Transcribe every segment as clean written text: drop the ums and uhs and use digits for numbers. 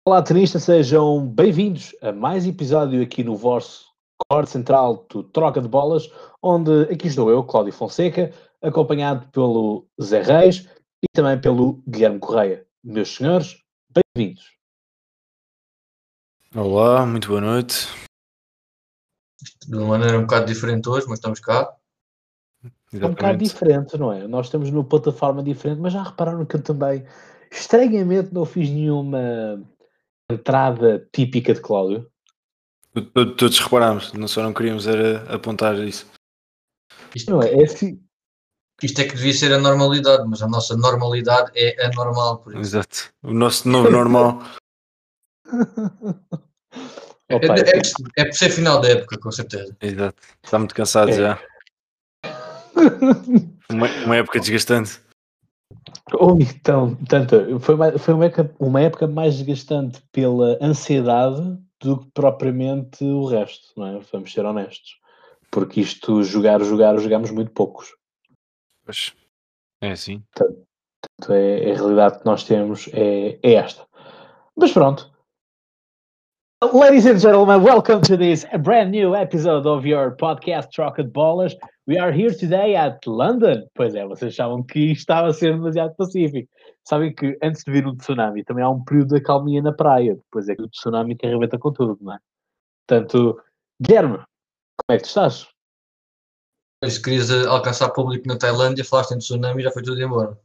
Olá, tenistas, sejam bem-vindos a mais episódio aqui no vosso corte central do Troca de Bolas, onde aqui estou eu, Cláudio Fonseca, acompanhado pelo Zé Reis e também pelo Guilherme Correia. Meus senhores, bem-vindos. Olá, muito boa noite. De uma maneira um bocado diferente hoje, mas estamos cá. É um bocado diferente, não é? Nós estamos numa plataforma diferente, mas já repararam que eu também, estranhamente, não fiz nenhuma entrada típica de Cláudio? Todos reparámos, só não queríamos era apontar isso. Não é? É assim. Isto é que devia ser a normalidade, mas a nossa normalidade é anormal, por isso. Exato. O nosso novo normal. Opa, É por ser final da época, com certeza. Exato. Está muito cansado já. Uma época desgastante. Ou então, tanto, foi uma época mais desgastante pela ansiedade do que propriamente o resto, não é? Vamos ser honestos. Porque isto, jogamos muito poucos. Pois, é assim. Portanto, a realidade que nós temos é esta. Mas pronto. Ladies and gentlemen, welcome to this brand new episode of your podcast Troca de Bolas. We are here today at London. Pois é, vocês achavam que isto estava a ser demasiado pacífico. Sabem que antes de vir um tsunami também há um período de acalmia na praia. Depois é que o tsunami que arrebenta com tudo, não é? Portanto, Guilherme, como é que tu estás? Se querias alcançar público na Tailândia, falaste em tsunami e já foi tudo embora.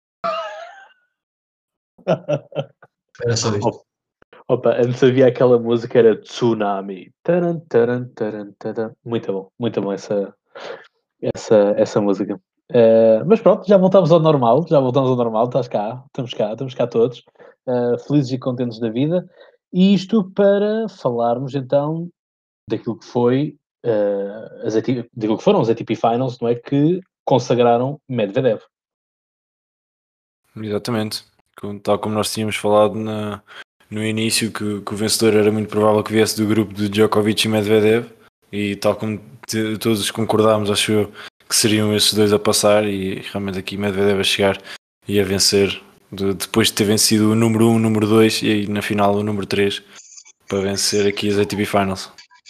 Era só isto. Opa, antes havia aquela música, era Tsunami. Taran, taran, taran, taran. Muito bom essa música. Mas pronto, já voltamos ao normal, estás cá, estamos cá todos, felizes e contentes da vida, e isto para falarmos então daquilo que foi, daquilo que foram os ATP Finals, não é, que consagraram Medvedev. Exatamente. Tal como nós tínhamos falado no início, que o vencedor era muito provável que viesse do grupo de Djokovic e Medvedev, e tal como todos concordámos, acho eu, que seriam esses dois a passar, e realmente aqui Medvedev a chegar e a vencer, depois de ter vencido o número 1, o número 2 e aí na final o número 3, para vencer aqui as ATP Finals.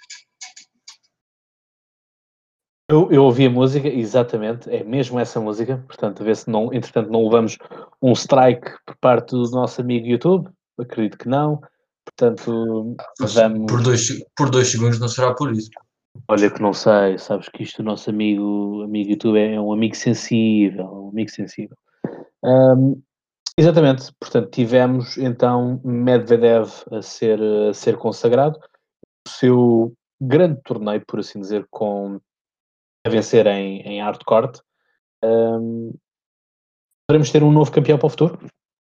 Eu ouvi a música, exatamente, é mesmo essa música, portanto, a ver se não, entretanto, não levamos um strike por parte do nosso amigo YouTube, acredito que não, portanto, vamos... Por dois segundos não será por isso. Olha que não sei, sabes que isto, o nosso amigo YouTube é um amigo sensível, exatamente, portanto, tivemos então Medvedev a ser consagrado, o seu grande torneio, por assim dizer, a vencer em hardcourt. Podemos ter um novo campeão para o futuro?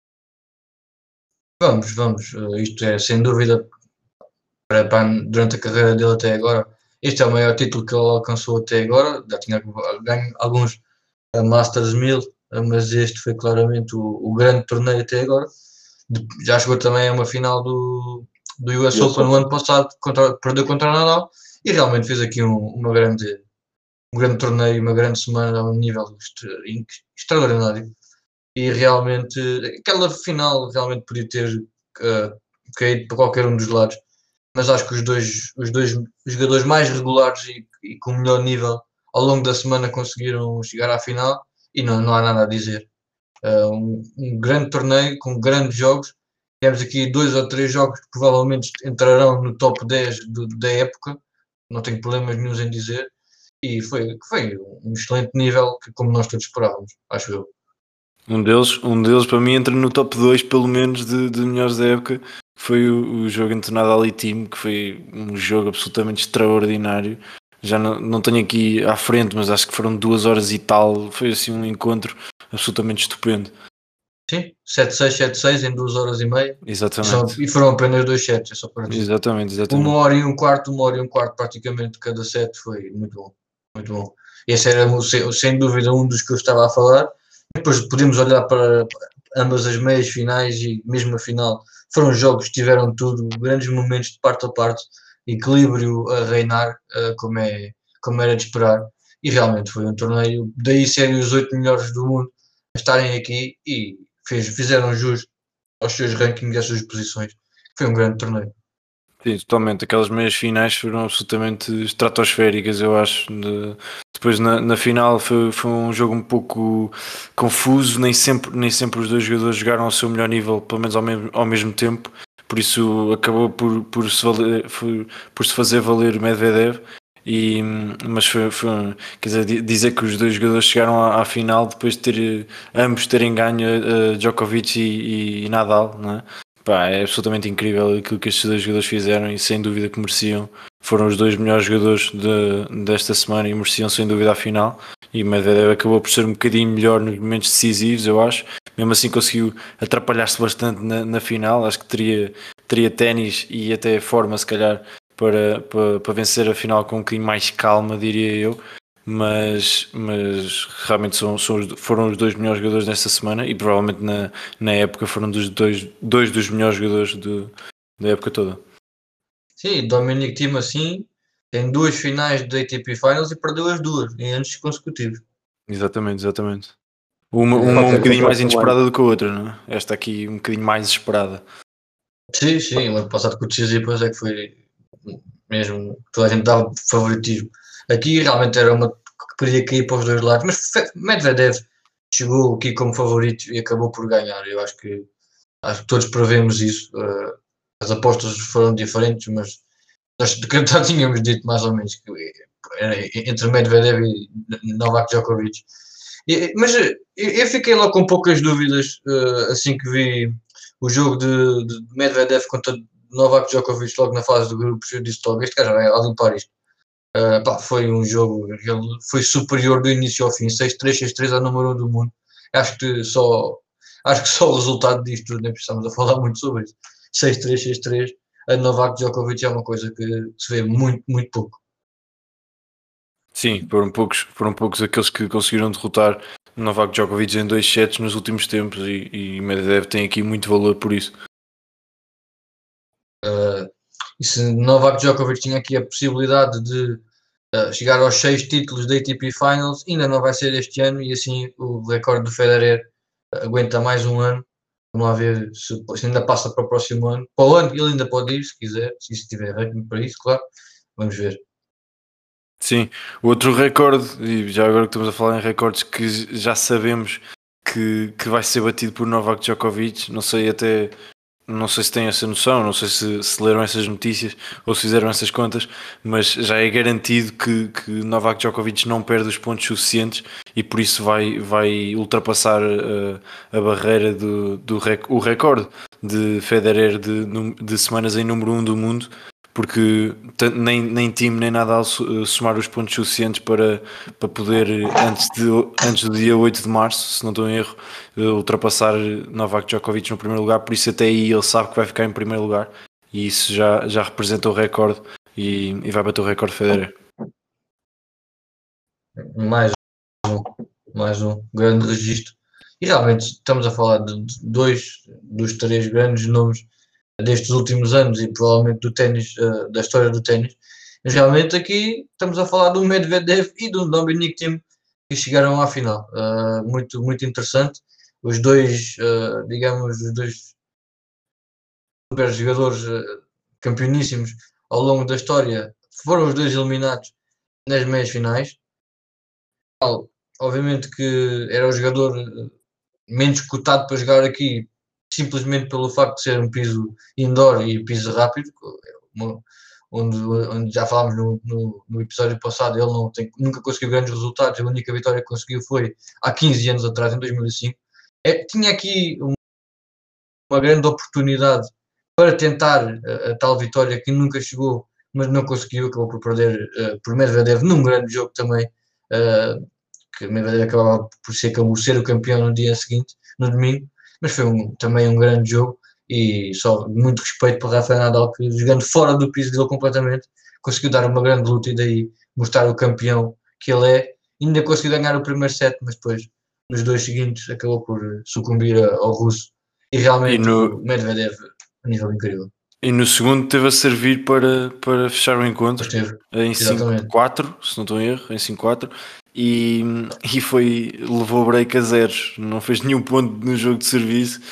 Vamos. Isto é, sem dúvida, durante a carreira dele até agora, este é o maior título que ele alcançou até agora. Já tinha ganho alguns Masters 1000, mas este foi claramente o grande torneio até agora. Já chegou também a uma final do US Open no ano passado, perdeu contra o Nadal, e realmente fez aqui um grande torneio, uma grande semana a um nível extraordinário. E realmente, aquela final realmente podia ter caído para qualquer um dos lados, mas acho que os dois jogadores mais regulares e com melhor nível ao longo da semana conseguiram chegar à final, e não há nada a dizer. Um grande torneio com grandes jogos. Temos aqui 2 ou 3 jogos que provavelmente entrarão no top 10 da época, não tenho problemas nenhums em dizer, e foi um excelente nível, que, como nós todos esperávamos, acho eu. Um deles para mim entra no top 2 pelo menos de melhores da época. Foi o jogo entre Nadal e Thiem, que foi um jogo absolutamente extraordinário. Já não tenho aqui à frente, mas acho que foram 2 horas e tal. Foi assim um encontro absolutamente estupendo. Sim, 7-6, 7-6 em 2 horas e meia. Exatamente. E foram apenas 2 sets, é só para dizer. Exatamente. 1h15 praticamente cada set, foi muito bom, muito bom. Esse era sem dúvida um dos que eu estava a falar. Depois podemos olhar para ambas as meias finais e mesmo a final. Foram jogos que tiveram tudo, grandes momentos de parte a parte, equilíbrio a reinar, como era de esperar. E realmente foi um torneio, daí serem os 8 melhores do mundo a estarem aqui, e fizeram jus aos seus rankings e às suas posições, foi um grande torneio. Sim, totalmente. Aquelas meias finais foram absolutamente estratosféricas, eu acho. Depois na final foi um jogo um pouco confuso, nem sempre os dois jogadores jogaram ao seu melhor nível, pelo menos ao mesmo tempo. Por isso acabou por se fazer valer o Medvedev. Mas quer dizer, dizer que os dois jogadores chegaram à final depois de ambos terem ganho Djokovic e Nadal, não é? Pá, é absolutamente incrível aquilo que estes dois jogadores fizeram e sem dúvida que mereciam. Foram os dois melhores jogadores desta semana e mereciam sem dúvida a final. E Medvedev acabou por ser um bocadinho melhor nos momentos decisivos, eu acho. Mesmo assim conseguiu atrapalhar-se bastante na final. Acho que teria ténis e até forma, se calhar, para vencer a final com um bocadinho mais calma, diria eu. Mas realmente foram os dois melhores jogadores desta semana e provavelmente na época foram dois dos melhores jogadores da época toda. Sim, Dominic Thiem assim tem 2 finais de ATP Finals e perdeu as 2 em anos consecutivos. Exatamente. Uma Pode um ser que o bocadinho mais próximo inesperada do que a outra, não é? Esta aqui um bocadinho mais esperada. Sim, o ano passado com o Tsitsipas é que foi mesmo, toda a gente dava favoritismo. Aqui realmente era uma que podia cair para os dois lados, mas Medvedev chegou aqui como favorito e acabou por ganhar. Eu acho que todos prevemos isso. As apostas foram diferentes, mas nós já tínhamos dito mais ou menos que era entre Medvedev e Novak Djokovic. Mas eu fiquei lá com poucas dúvidas assim que vi o jogo de Medvedev contra Novak Djokovic logo na fase de grupos. Eu disse logo: este gajo vai a limpar isto. Pá, foi um jogo, ele foi superior do início ao fim, 6-3, 6-3 ao número 1 do mundo. Acho que só, acho que só o resultado disto, nem precisamos a falar muito sobre isso. 6-3, 6-3, a Novak Djokovic é uma coisa que se vê muito, muito pouco. Sim, foram poucos aqueles que conseguiram derrotar Novak Djokovic em 2 sets nos últimos tempos e Medvedev tem aqui muito valor por isso. E se Novak Djokovic tinha aqui a possibilidade de chegar aos 6 títulos da ATP Finals, ainda não vai ser este ano e assim o recorde do Federer aguenta mais um ano. Vamos lá ver se ainda passa para o próximo ano. Para o ano ele ainda pode ir, se quiser, se tiver ritmo para isso, claro. Vamos ver. Sim, o outro recorde, e já agora que estamos a falar em recordes que já sabemos que vai ser batido por Novak Djokovic, não sei se têm essa noção, não sei se leram essas notícias ou se fizeram essas contas, mas já é garantido que Novak Djokovic não perde os pontos suficientes e por isso vai ultrapassar a barreira o recorde de Federer de semanas em número 1 do mundo, porque nem time nem Nadal somar os pontos suficientes para poder, antes do dia 8 de março, se não estou em erro, ultrapassar Novak Djokovic no primeiro lugar. Por isso até aí ele sabe que vai ficar em primeiro lugar e isso já representa o recorde e vai bater o recorde Federer. Mais um grande registro. E realmente estamos a falar de 2 dos 3 grandes nomes destes últimos anos e provavelmente do ténis, da história do ténis. Mas realmente aqui estamos a falar do Medvedev e do Dominic Thiem que chegaram à final. Muito, muito interessante. Os dois, digamos, os dois super jogadores campeoníssimos ao longo da história foram os dois eliminados nas meias finais. Obviamente que era o jogador menos cotado para jogar aqui, simplesmente pelo facto de ser um piso indoor e piso rápido, onde já falámos no episódio passado, ele nunca conseguiu grandes resultados, a única vitória que conseguiu foi há 15 anos atrás, em 2005. Tinha aqui uma grande oportunidade para tentar a tal vitória que nunca chegou, mas não conseguiu, acabou por perder por Medvedev num grande jogo também, que Medvedev acabava por ser o campeão no dia seguinte, no domingo, mas foi também um grande jogo e só muito respeito para Rafael Nadal, que jogando fora do piso dele completamente, conseguiu dar uma grande luta e daí mostrar o campeão que ele é. Ainda conseguiu ganhar o primeiro set, mas depois nos 2 seguintes acabou por sucumbir ao russo e realmente o Medvedev a nível incrível. E no segundo teve a servir para fechar o encontro em 5-4, se não estou em erro, em 5-4 e levou break a zeros, não fez nenhum ponto no jogo de serviço,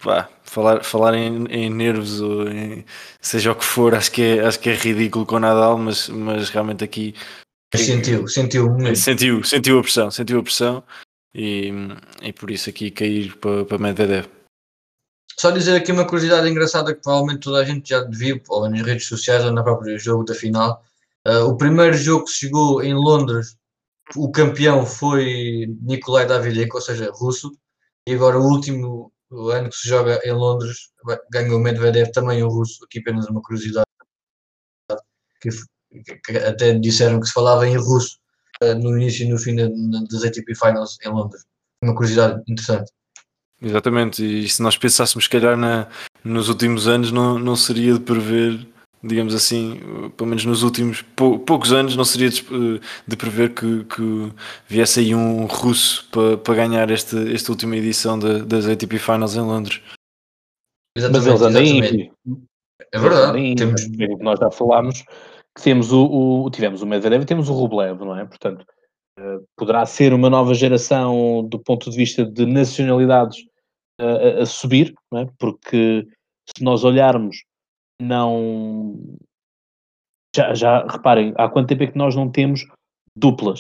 pá, falar em nervos ou seja o que for, acho que é ridículo com o Nadal, mas realmente aqui Sentiu muito. sentiu a pressão e, e por isso aqui cair para Medvedev. Só dizer aqui uma curiosidade engraçada que provavelmente toda a gente já viu, ou nas redes sociais ou no próprio jogo da final. O primeiro jogo que se jogou em Londres, o campeão foi Nikolai Davydenko, ou seja, russo, e agora o último ano que se joga em Londres ganhou Medvedev, também um russo. Aqui apenas uma curiosidade, que, que até disseram que se falava em russo no início e no fim das ATP Finals em Londres. Uma curiosidade interessante. Exatamente, e se nós pensássemos, se calhar, nos últimos anos, não seria de prever, digamos assim, pelo menos nos últimos poucos anos, não seria de prever que viesse aí um russo para ganhar esta última edição das ATP Finals em Londres. Mas eles Exatamente, andam exatamente. aí. É Eles andam verdade. aí. Temos, Nós já falámos que temos tivemos o Medvedev e temos o Rublev, não é? Portanto, poderá ser uma nova geração do ponto de vista de nacionalidades a subir, não é? Porque se nós olharmos, não. Já reparem, há quanto tempo é que nós não temos duplas?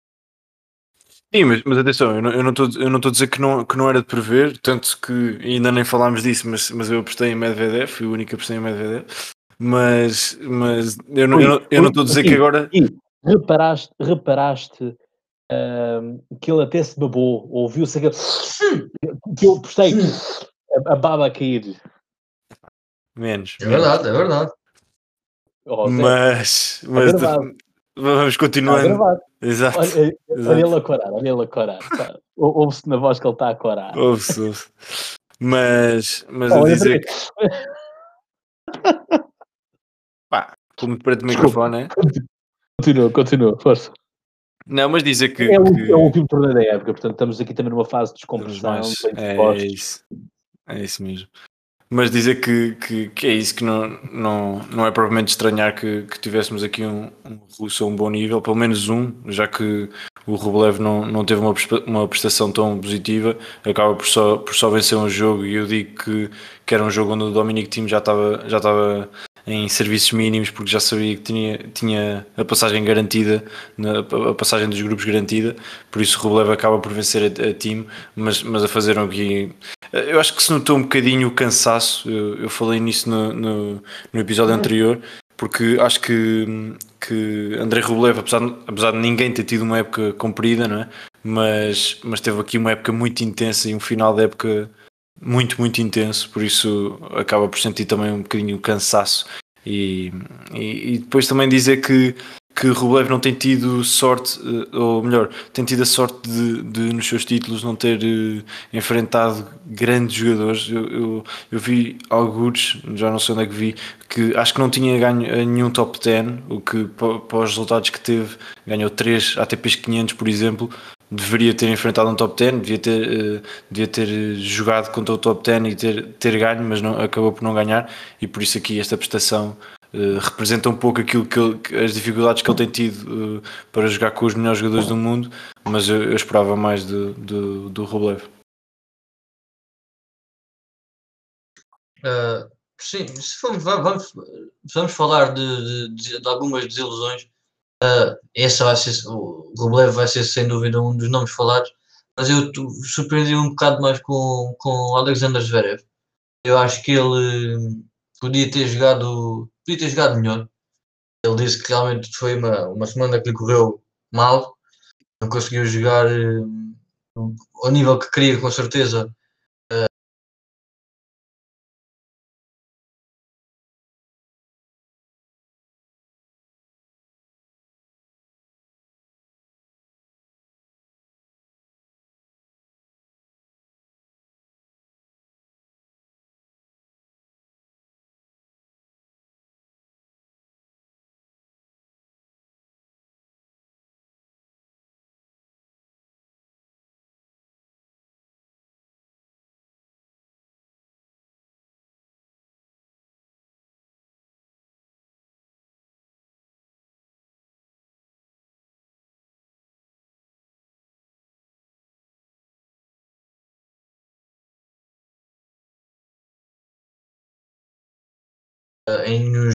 Sim, mas atenção, eu não estou a dizer que não era de prever, tanto que ainda nem falámos disso, mas eu apostei em Medvedev, fui o único que apostei em Medvedev, mas eu não estou a dizer que agora. E reparaste que ele até se babou, ouviu-se aquele que eu postei a baba a cair. Menos, é menos. verdade, é verdade. Oh, Zé, Mas, está mas gravado, vamos está continuando. gravado. Exato, Olha exato. olha ele a corar. Tá. Ouve-se na voz que ele está a corar. Ouve-se, ouve-se. Mas a Oh, olha para dizer quê? que, pá, como para o Desculpa, microfone, é? continua, força. Não, mas dizer É o que último torneio da época, portanto estamos aqui também numa fase de estamos descompressão, mais. bem dispostos. É isso mesmo. Mas dizer que é isso, que não é propriamente estranhar que tivéssemos aqui um russo a um bom nível, pelo menos um, já que o Rublev não teve uma prestação tão positiva, acaba por só vencer um jogo, e eu digo que era um jogo onde o Dominic Thiem já estava em serviços mínimos, porque já sabia que tinha a passagem garantida, a passagem dos grupos garantida, por isso o Rublev acaba por vencer a Thiem, mas a fazer aqui. Eu acho que se notou um bocadinho o cansaço, eu falei nisso no episódio anterior, porque acho que Andrei Rublev, apesar de ninguém ter tido uma época comprida, não é? Mas teve aqui uma época muito intensa e um final de época muito, muito intenso, por isso acaba por sentir também um bocadinho o cansaço. E depois também dizer que Rublev não tem tido sorte, ou melhor, tem tido a sorte de nos seus títulos não ter enfrentado grandes jogadores. Eu vi alguns, já não sei onde é que vi, que acho que não tinha ganho a nenhum top 10, o que para os resultados que teve, ganhou 3 ATPs 500, por exemplo. Deveria ter enfrentado um top 10, devia ter jogado contra o top 10 e ter ganho, mas não, acabou por não ganhar, e por isso aqui esta prestação representa um pouco aquilo as dificuldades que ele tem tido para jogar com os melhores jogadores do mundo, mas eu esperava mais do Rublev. Sim, se formos, vamos falar de algumas desilusões. Essa vai ser, o Rublev vai ser sem dúvida um dos nomes falados, mas eu surpreendi um bocado mais com Alexander Zverev. Eu acho que ele podia ter jogado melhor. Ele disse que realmente foi uma semana que lhe correu mal, não conseguiu jogar ao nível que queria, com certeza. em nenhum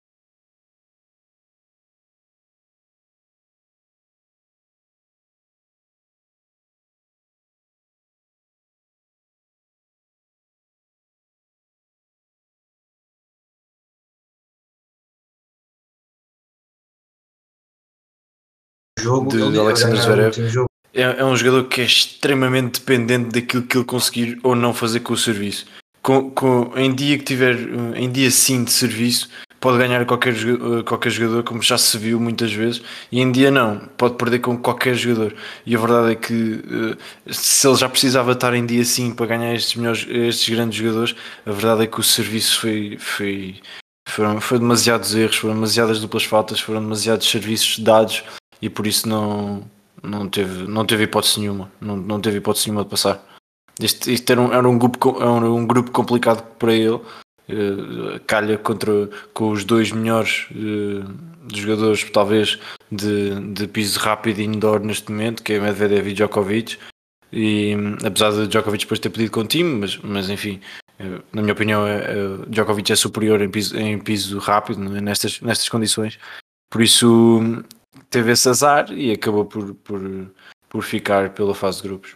jogo de ele ia Alexander ganhar o Zverev. último jogo. É um jogador que é extremamente dependente daquilo que ele conseguir ou não fazer com o serviço. Em dia que tiver, em dia sim de serviço, pode ganhar qualquer jogador, como já se viu muitas vezes, e em dia não, pode perder com qualquer jogador. E a verdade é que se ele já precisava estar em dia sim para ganhar estes grandes jogadores, a verdade é que o serviço foi demasiados erros, foram demasiadas duplas faltas, foram demasiados serviços dados e por isso não teve hipótese nenhuma, não teve hipótese nenhuma de passar. Isto era um grupo complicado para ele. Calha com os dois melhores jogadores, talvez, de piso rápido e indoor neste momento, que é Medvedev e Djokovic. E apesar de Djokovic depois ter pedido com o time, mas enfim, na minha opinião, Djokovic é superior em piso rápido, não é? Nestas condições. Por isso teve esse azar e acabou por ficar pela fase de grupos.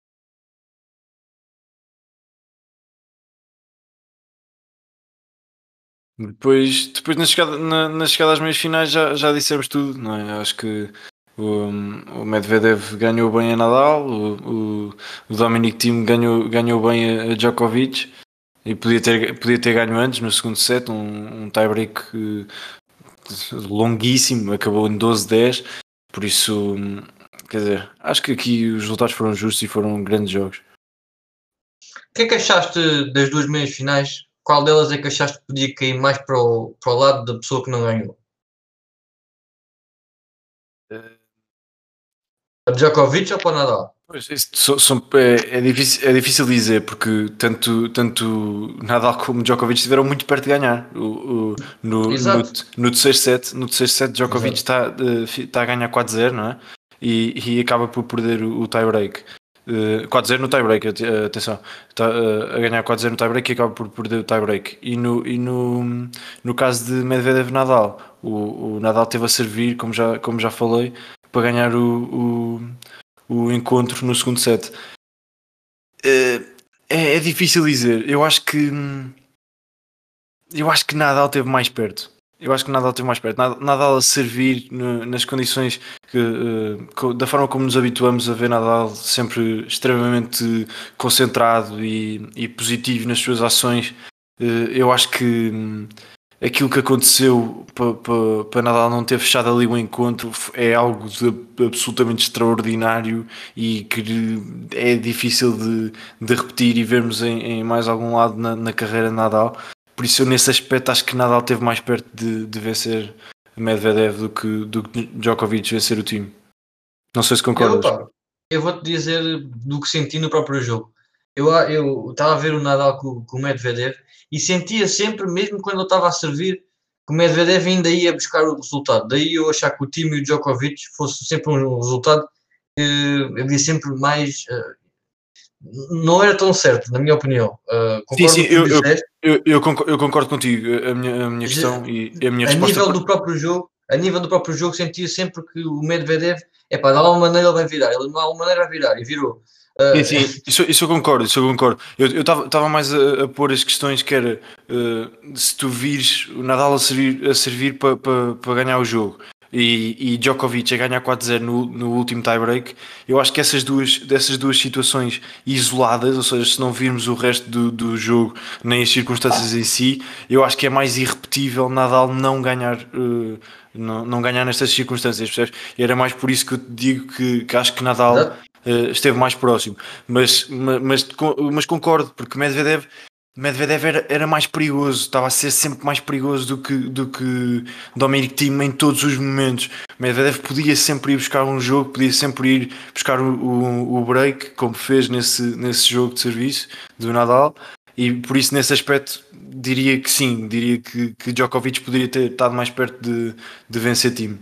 Depois na chegada às meias finais já dissemos tudo, não é? Acho que o Medvedev ganhou bem a Nadal, o Dominic Thiem ganhou bem a Djokovic e podia ter ganho antes no segundo set, um tie-break longuíssimo, acabou em 12-10, por isso, quer dizer, acho que aqui os resultados foram justos e foram grandes jogos. O que é que achaste das duas meias finais? Qual delas é que achaste que podia cair mais para o lado da pessoa que não ganhou? A Djokovic ou para o Nadal? Pois, é difícil dizer porque tanto Nadal como Djokovic estiveram muito perto de ganhar. Exato. No terceiro set Djokovic Exato. está a ganhar 4-0, não é? E acaba por perder o tie-break. 4-0 no tie-break, atenção, está a ganhar 4-0 no tie-break e acaba por perder o tie-break. No caso de Medvedev-Nadal, o Nadal teve a servir, como já falei, para ganhar o encontro no segundo set. É difícil dizer. Eu acho que Nadal esteve mais perto. Nadal a servir nas condições da forma como nos habituamos a ver Nadal sempre extremamente concentrado e positivo nas suas ações. Eu acho que aquilo que aconteceu para Nadal não ter fechado ali o encontro é algo absolutamente extraordinário e que é difícil de repetir e vermos em mais algum lado na carreira de Nadal. Por isso eu nesse aspecto acho que Nadal esteve mais perto de vencer Medvedev do que Djokovic vencer o time. Não sei se concordas. Eu vou-te dizer do que senti no próprio jogo. Eu estava a ver o Nadal com o Medvedev e sentia sempre, mesmo quando ele estava a servir, que o Medvedev ainda ia buscar o resultado. Daí eu achar que o time e o Djokovic fosse sempre um resultado que havia sempre mais. Não era tão certo, na minha opinião. Sim, Concordo sim, com o que tu disseste. eu concordo contigo. A minha questão e a minha A resposta. nível do próprio jogo, sentia sempre que o Medvedev, é pá, de alguma maneira ele vai virar, ele de alguma maneira vai virar, e virou. Sim, sim, isso eu concordo, Eu estava mais a pôr as questões que era se tu vires o Nadal a servir para ganhar o jogo e Djokovic a ganhar 4-0 no último tie-break, eu acho que dessas duas situações isoladas, ou seja, se não virmos o resto do jogo nem as circunstâncias em si, eu acho que é mais irrepetível Nadal não ganhar. Não ganhar nestas circunstâncias, percebes? E era mais por isso que eu te digo que acho que Nadal Exato. esteve mais próximo, mas concordo, porque Medvedev era mais perigoso, estava a ser sempre mais perigoso do que Dominic Thiem em todos os momentos. Medvedev podia sempre ir buscar um jogo, podia sempre ir buscar o break, como fez nesse jogo de serviço do Nadal, e por isso nesse aspecto diria que sim, diria que Djokovic poderia ter estado mais perto de vencer Thiem.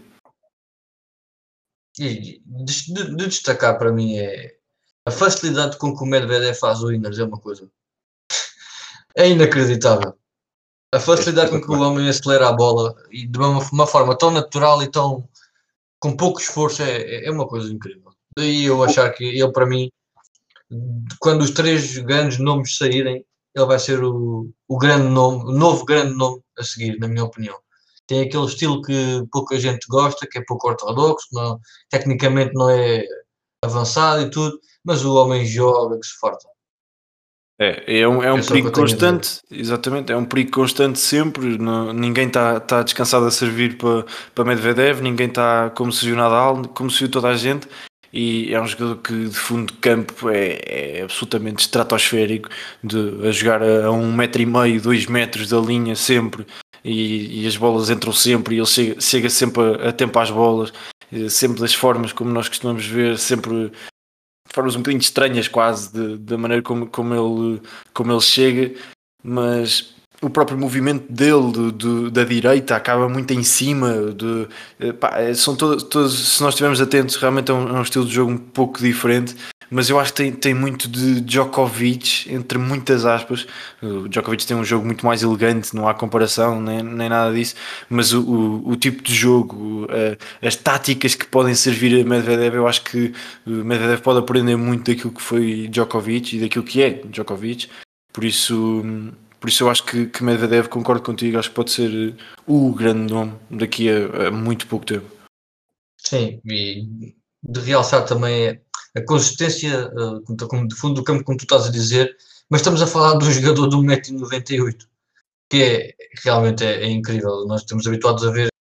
E de destacar para mim é a facilidade com que o Medvedev faz o winners, é uma coisa. É inacreditável. A facilidade com que o homem acelera a bola e de uma forma tão natural e tão com pouco esforço é uma coisa incrível. Daí eu achar que ele, para mim, quando os 3 grandes nomes saírem, ele vai ser o grande nome, o novo grande nome a seguir, na minha opinião. Tem aquele estilo que pouca gente gosta, que é pouco ortodoxo, não, tecnicamente não é avançado e tudo, mas o homem joga que se farta. É um É só o que perigo eu tenho a dizer. constante, exatamente, é um perigo constante sempre. Ninguém está descansado a servir para Medvedev, ninguém está como se viu Nadal, como se viu toda a gente. E é um jogador que de fundo de campo é absolutamente estratosférico, a jogar a 1,5 m, 2 metros da linha sempre, e as bolas entram sempre, e ele chega sempre a tempo às bolas, sempre das formas como nós costumamos ver, sempre formas um bocadinho estranhas quase da maneira como ele chega, mas o próprio movimento dele da direita acaba muito em cima são todos, se nós estivermos atentos, realmente é um estilo de jogo um pouco diferente, mas eu acho que tem muito de Djokovic, entre muitas aspas. O Djokovic tem um jogo muito mais elegante, não há comparação, nem nada disso, mas o tipo de jogo, as táticas que podem servir a Medvedev, eu acho que Medvedev pode aprender muito daquilo que foi Djokovic e daquilo que é Djokovic, por isso eu acho que Medvedev, concordo contigo, acho que pode ser o grande nome daqui a muito pouco tempo. Sim, e de realçar também a consistência de fundo do campo, como tu estás a dizer, mas estamos a falar de um jogador de 1,98 m, que realmente é incrível. Nós estamos habituados a ver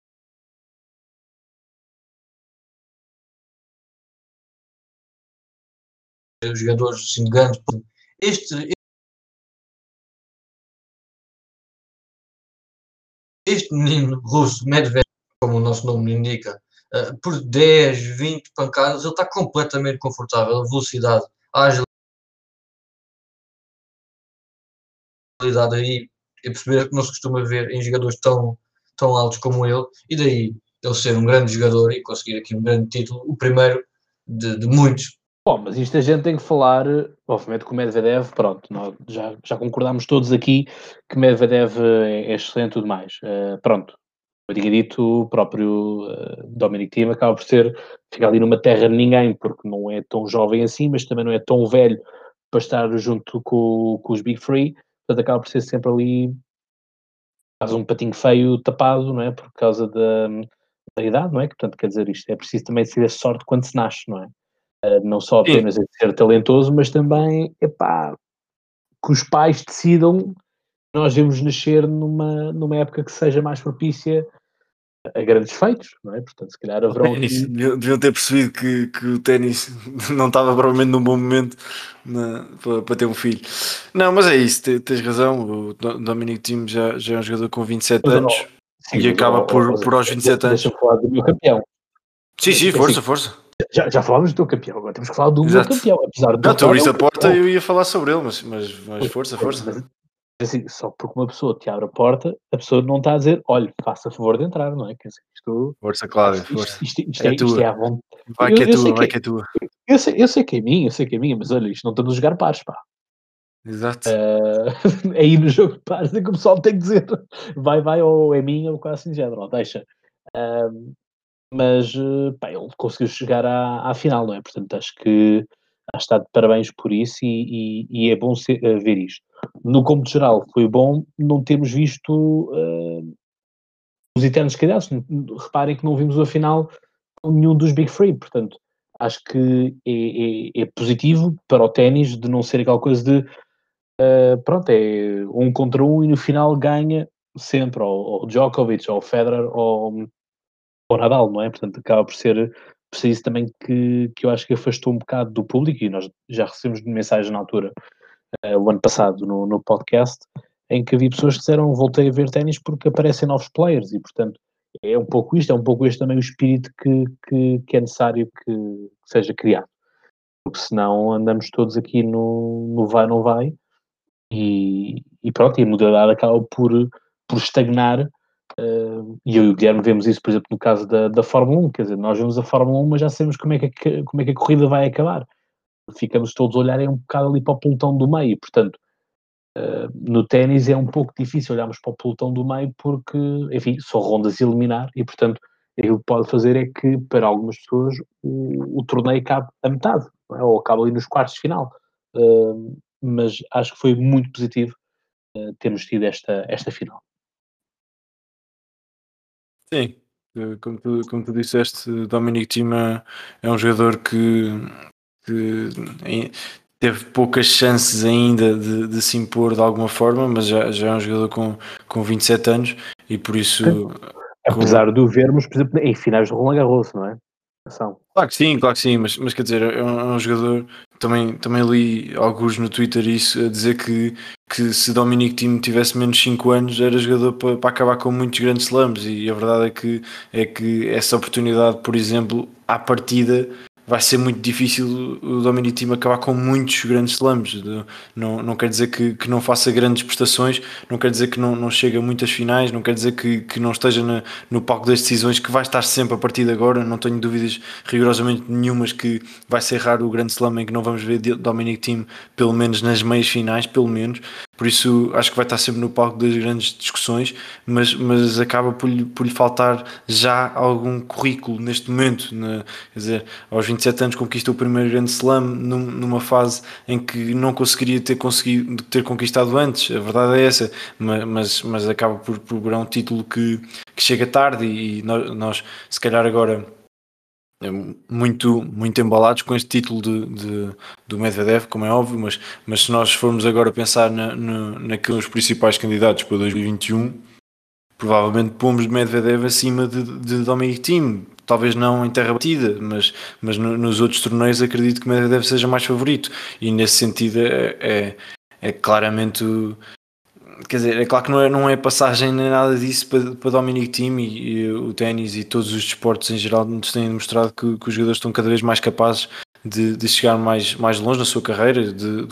os jogadores assim grandes. Este menino russo, Medvedev, como o nosso nome indica, por 10, 20 pancadas, ele está completamente confortável. A velocidade, a agilidade aí, é perceber que não se costuma ver em jogadores tão altos como ele, e daí ele ser um grande jogador e conseguir aqui um grande título, o primeiro de muitos. Bom, mas isto a gente tem que falar, obviamente, com o Medvedev, pronto, nós já concordámos todos aqui que Medvedev é excelente e tudo mais. Pronto, eu tinha dito, o próprio Dominic Thiem acaba por ficar ali numa terra de ninguém, porque não é tão jovem assim, mas também não é tão velho para estar junto com os Big Three, portanto acaba por ser sempre ali, faz um patinho feio tapado, não é, por causa da idade, não é, que portanto quer dizer isto, é preciso também ter sorte quando se nasce, não é? Não só Sim. apenas em ser talentoso, mas também, epá, que os pais decidam, nós devemos nascer numa época que seja mais propícia a grandes feitos, não é? Portanto, se calhar haverão aqui... Deviam ter percebido que o ténis não estava provavelmente num bom momento para ter um filho. Não, mas é isso, tens razão. O Dominic Thiem já é um jogador com 27 Mas, anos e acaba por aos 27 anos. Deixa-me falar do meu campeão. Sim, Assim, força. já falámos do teu campeão, agora temos que falar do meu Exato. campeão, apesar de Não, não tu falar, abriste é a porta e eu ia falar sobre ele, mas força. Mas, assim, só porque uma pessoa te abre a porta, a pessoa não está a dizer, olha, faça favor de entrar, não é? Quer dizer, Força, Cláudio, força. Isto é à vontade. Vai que é tua, vai que é tua. Eu sei que é minha, mas olha, isto não estamos a jogar pares, pá. Exato. Aí no jogo de pares é que o pessoal tem que dizer vai, ou é minha, ou quase assim de género, ou deixa. Mas, pá, ele conseguiu chegar à final, não é? Portanto, acho que está de parabéns por isso e é bom ver isto. No cômputo geral, foi bom não termos visto os eternos candidatos. Reparem que não vimos a final com nenhum dos Big Three, portanto, acho que é positivo para o ténis de não ser aquela coisa de pronto, é 1 contra 1 e no final ganha sempre ou Djokovic, ou Federer, ou Nadal, não é? Portanto, acaba por ser preciso também que eu acho que afastou um bocado do público, e nós já recebemos mensagem na altura, o ano passado, no podcast, em que havia pessoas que disseram voltei a ver ténis porque aparecem novos players, e portanto é um pouco isto, também o espírito que é necessário que seja criado, porque senão andamos todos aqui no vai, não vai, e pronto, e a modalidade acaba por estagnar. E eu e o Guilherme vemos isso, por exemplo, no caso da Fórmula 1, quer dizer, nós vemos a Fórmula 1, mas já sabemos como é que a corrida vai acabar. Ficamos todos a olhar um bocado ali para o pelotão do meio, portanto, No ténis é um pouco difícil olharmos para o pelotão do meio porque, enfim, são rondas a eliminar e, portanto, aquilo que pode fazer é que, para algumas pessoas, o torneio cabe a metade, não é? Ou acaba ali nos quartos de final. Mas acho que foi muito positivo termos tido esta final. Sim, como tu disseste, Dominic Thiem é um jogador que teve poucas chances ainda de se impor de alguma forma, mas já é um jogador com 27 anos e por isso. Apesar de o vermos, por exemplo, em finais de Roland Garros, não é? Ação. Claro que sim, mas quer dizer, é um jogador. Também li alguns no Twitter isso a dizer que se Dominic Thiem tivesse menos 5 anos era jogador para acabar com muitos grandes slams e a verdade é que essa oportunidade, por exemplo, à partida vai ser muito difícil o Dominic Thiem acabar com muitos grandes slams. Não quer dizer que não faça grandes prestações, não quer dizer que não chegue a muitas finais, não quer dizer que não esteja no palco das decisões, que vai estar sempre a partir de agora. Não tenho dúvidas rigorosamente nenhumas que vai ser raro o grande slam em que não vamos ver Dominic Thiem pelo menos nas meias finais, pelo menos. Por isso acho que vai estar sempre no palco das grandes discussões, mas acaba por lhe faltar já algum currículo neste momento. Quer dizer, aos 27 anos conquista o primeiro grande slam numa fase em que não conseguiria ter conquistado antes. A verdade é essa, mas acaba por procurar um título que chega tarde e nós se calhar agora muito, muito embalados com este título do Medvedev, como é óbvio, mas se nós formos agora pensar naqueles principais candidatos para 2021, provavelmente pomos Medvedev acima de Dominic Thiem. Talvez não em terra batida, mas nos outros torneios acredito que Medvedev seja mais favorito e nesse sentido é claramente quer dizer, é claro que não é passagem nem nada disso para Dominic Thiem e o ténis e todos os desportos em geral nos têm demonstrado que os jogadores estão cada vez mais capazes de chegar mais longe na sua carreira,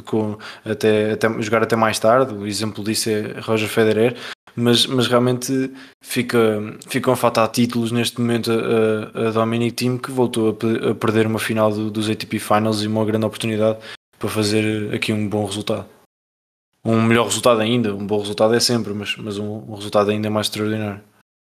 até jogar até mais tarde. O exemplo disso é Roger Federer, mas realmente ficam a faltar títulos neste momento a Dominic Thiem, que voltou a perder uma final dos ATP Finals e uma grande oportunidade para fazer aqui um bom resultado. Um melhor resultado ainda, um bom resultado é sempre, mas um resultado ainda mais extraordinário.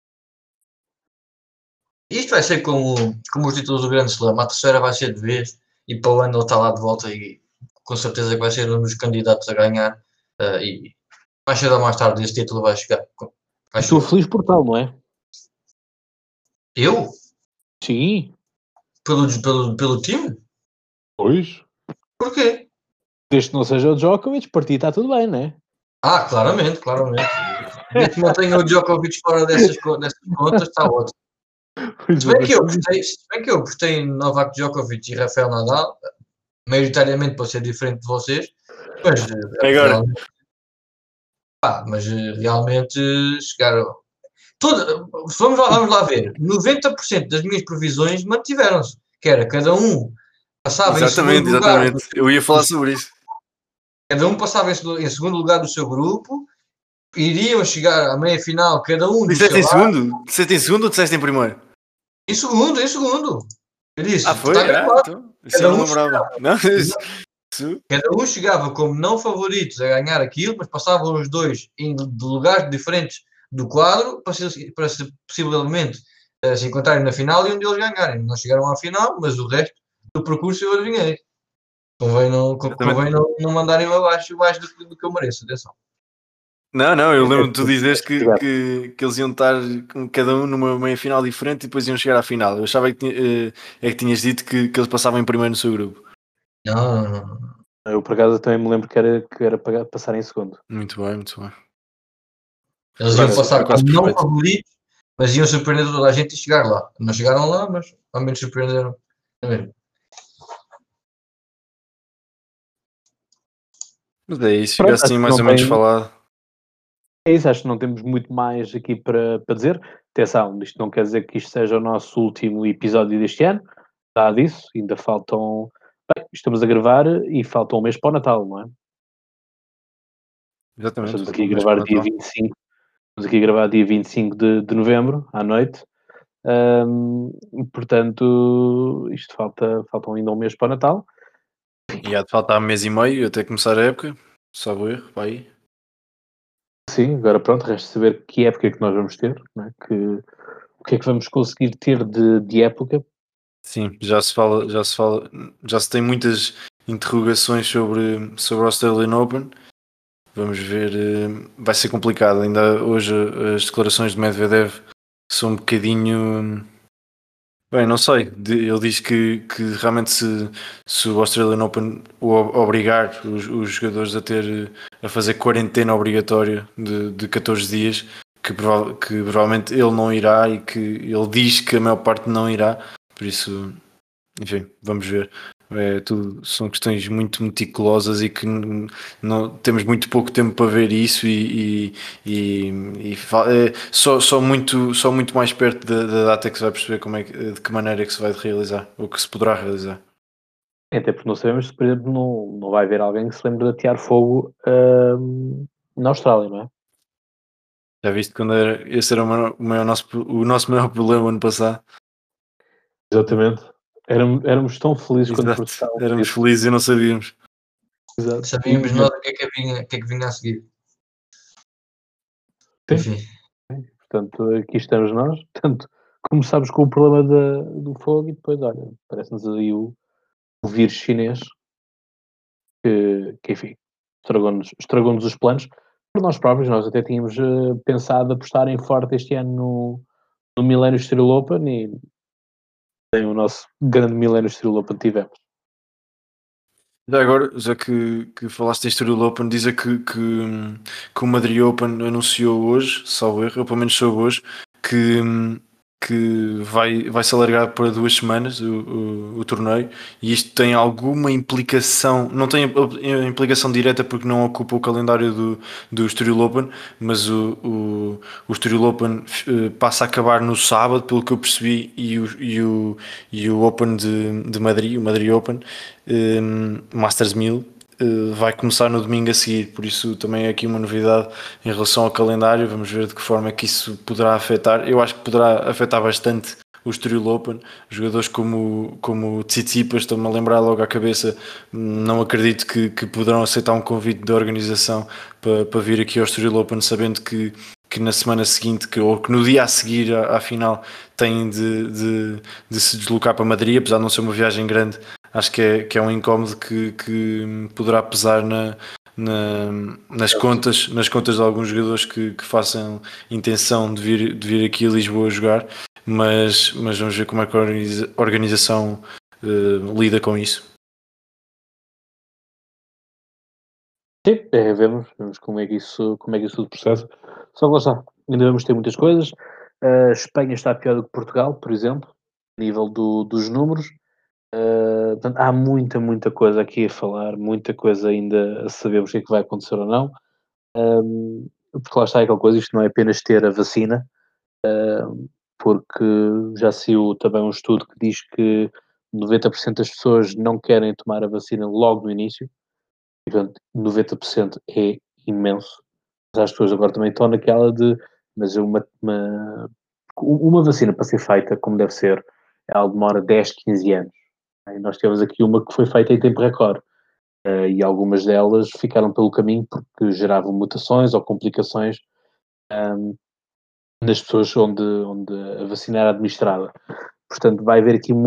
Isto vai ser como os títulos do Grande Slam. A terceira vai ser de vez e para o ano ele está lá de volta e com certeza que vai ser um dos candidatos a ganhar. E mais cedo ou mais tarde esse título vai chegar. Estou feliz por tal, não é? Eu? Sim. Pelo time? Pois. Porquê? Desde que não seja o Djokovic, para ti está tudo bem, não é? Claramente. Desde que mantenha o Djokovic fora dessas contas, está ótimo. Se bem que eu apostei em Novak Djokovic e Rafael Nadal, maioritariamente para ser diferente de vocês, mas Agora, realmente chegaram. Vamos lá ver. 90% das minhas previsões mantiveram-se. Que era cada um passava em segundo lugar. exatamente. Eu ia falar sobre isso. Cada um passava em segundo lugar do seu grupo, iriam chegar à meia final, cada um do seu Disseste em lado. segundo? Disseste em segundo ou disseste em primeiro? Em segundo. Eu disse, Foi? está gravado. Então, isso eu não lembrava. Não, Cada um chegava como não favoritos a ganhar aquilo, mas passavam os dois de lugares diferentes do quadro para se possivelmente se encontrarem na final e um deles ganharem. Não chegaram à final, mas o resto do percurso eu adivinhei. Convém não mandarem abaixo mais do que eu mereço, atenção. Não, eu lembro de tu dizeres que eles iam estar cada um numa meia final diferente e depois iam chegar à final. Eu achava que tinhas dito que eles passavam em primeiro no seu grupo. Não. Eu por acaso também me lembro que era para passar em segundo. Muito bem. Eles iam passar quase como não perfeito. favoritos, mas iam surpreender toda a gente e chegar lá. Não chegaram lá, mas ao menos surpreenderam. É mesmo. Mas é isso, fica assim mais ou menos falado. É isso, acho que não temos muito mais aqui para dizer. Atenção, isto não quer dizer que isto seja o nosso último episódio deste ano. Nada disso, ainda faltam... Bem, estamos a gravar e falta um mês para o Natal, não é? Exatamente. Estamos aqui a gravar dia 25. Estamos aqui a gravar dia 25 de novembro, à noite. Portanto, isto faltam ainda um mês para o Natal. E há de faltar um mês e meio até começar a época. Salvo erro, para aí. Sim, agora pronto, resta saber que época é que nós vamos ter, não é? O que é que vamos conseguir ter de época. Sim, já se tem muitas interrogações sobre o Australian Open. Vamos ver, vai ser complicado. Ainda hoje as declarações de Medvedev são um bocadinho. Bem, não sei. Ele diz que realmente se o Australian Open obrigar os jogadores a fazer quarentena obrigatória de 14 dias, que provavelmente ele não irá e que ele diz que a maior parte não irá. Por isso, enfim, vamos ver. São questões muito meticulosas e que não, temos muito pouco tempo para ver isso só muito mais perto da data é que se vai perceber de que maneira é que se vai realizar ou que se poderá realizar. Até porque não sabemos se, por exemplo, não vai haver alguém que se lembre de atear fogo na Austrália, não é? Já viste quando esse era o nosso maior problema ano passado? Exatamente. Éramos tão felizes quando Exato. protestávamos Éramos isso. felizes e não sabíamos. Exato. Sabíamos nós o que é que vinha a seguir. Sim. Enfim, Portanto, aqui estamos nós. Portanto, começámos com o problema do fogo e depois, olha, parece-nos aí o vírus chinês que enfim, estragou-nos os planos. Por nós próprios, nós até tínhamos pensado apostar em forte este ano no Millennium Steel Open e tem o nosso grande Millennium Steel Open tivemos. Já agora, já que falaste da história do Open, dizer que o Madrid Open anunciou hoje, salvo erro, ou pelo menos soube hoje, que vai se alargar para 2 semanas o torneio, e isto tem alguma implicação, não tem a implicação direta porque não ocupa o calendário do Estoril Open, mas o Estoril Open passa a acabar no sábado, pelo que eu percebi, e o Open de Madrid, o Madrid Open, Masters 1000, vai começar no domingo a seguir, por isso também é aqui uma novidade em relação ao calendário. Vamos ver de que forma é que isso poderá afetar. Eu acho que poderá afetar bastante o Estoril Open. Jogadores como o Tsitsipas, estão-me a lembrar logo à cabeça. Não acredito que poderão aceitar um convite da organização para vir aqui ao Estoril Open, sabendo que na semana seguinte, ou que no dia a seguir à final, têm de se deslocar para Madrid, apesar de não ser uma viagem grande. Acho que é um incómodo que poderá pesar nas contas de alguns jogadores que façam intenção de vir aqui a Lisboa jogar, mas vamos ver como é que a organização lida com isso. Sim, vemos como é que isso tudo processa. Só que lá está, ainda vamos ter muitas coisas. A Espanha está pior do que Portugal, por exemplo, a nível dos números. Portanto, há muita coisa aqui a falar, muita coisa ainda a saber o que é que vai acontecer ou não. Porque lá está aquela coisa, isto não é apenas ter a vacina, porque já saiu também um estudo que diz que 90% das pessoas não querem tomar a vacina logo no início. E, portanto, 90% é imenso. Mas as pessoas agora também estão naquela mas uma vacina para ser feita como deve ser, ela demora 10, 15 anos. E nós temos aqui uma que foi feita em tempo recorde. E algumas delas ficaram pelo caminho porque geravam mutações ou complicações nas pessoas onde a vacina era administrada. Portanto, vai haver aqui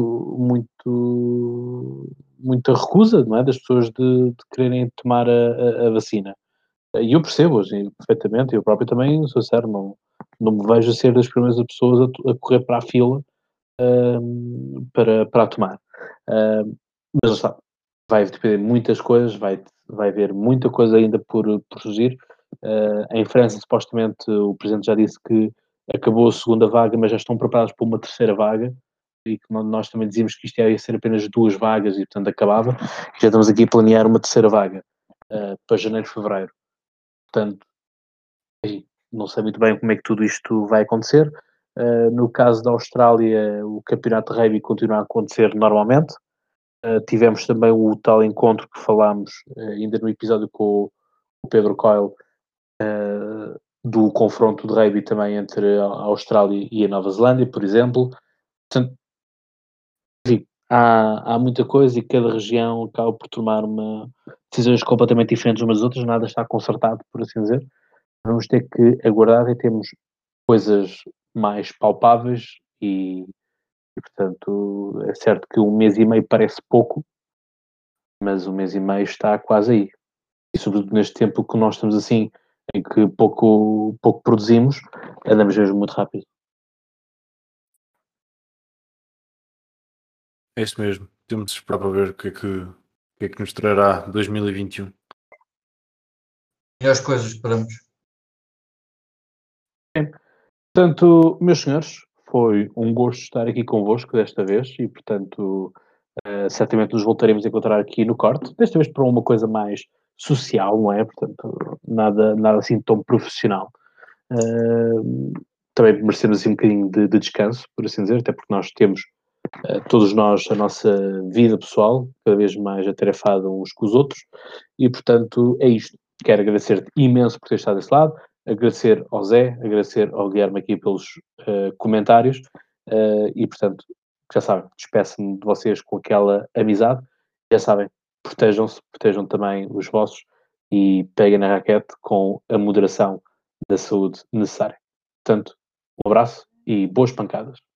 muita recusa, não é, das pessoas de quererem tomar a vacina. E eu percebo assim, perfeitamente, eu próprio também, sou sério, não me vejo a ser das primeiras pessoas a correr para a fila para a tomar. Mas está, vai depender de muitas coisas, vai haver muita coisa ainda por surgir. Em França, supostamente, o Presidente já disse que acabou a segunda vaga, mas já estão preparados para uma terceira vaga, e que nós também dizíamos que isto ia ser apenas 2 vagas e, portanto, acabava. Já estamos aqui a planear uma terceira vaga para janeiro, fevereiro. Portanto, não sei muito bem como é que tudo isto vai acontecer. No caso da Austrália, o campeonato de rugby continua a acontecer normalmente. Tivemos também o tal encontro que falámos ainda no episódio com o Pedro Coyle, do confronto de rugby também entre a Austrália e a Nova Zelândia, por exemplo. Portanto, enfim, há muita coisa e cada região acaba por tomar decisões completamente diferentes umas das outras, nada está consertado, por assim dizer. vamos ter que aguardar e temos coisas mais palpáveis e, portanto, é certo que um mês e meio parece pouco, mas um mês e meio está quase aí. E sobretudo neste tempo que nós estamos assim, em que pouco produzimos, andamos mesmo muito rápido. É isso mesmo. Temos de esperar para ver o que é que nos trará 2021. Melhores coisas esperamos. Portanto, meus senhores, foi um gosto estar aqui convosco desta vez e, portanto, certamente nos voltaremos a encontrar aqui no corte, desta vez para uma coisa mais social, não é? Portanto, nada assim tão profissional. Também merecemos assim um bocadinho de descanso, por assim dizer, até porque nós temos, todos nós, a nossa vida pessoal, cada vez mais atarefada uns com os outros, e portanto é isto. Quero agradecer-te imenso por ter estado desse lado, agradecer ao Zé, agradecer ao Guilherme aqui pelos comentários, e portanto, já sabem, despeço-me de vocês com aquela amizade, já sabem, protejam-se, protejam também os vossos e peguem na raquete com a moderação da saúde necessária. Portanto, um abraço e boas pancadas.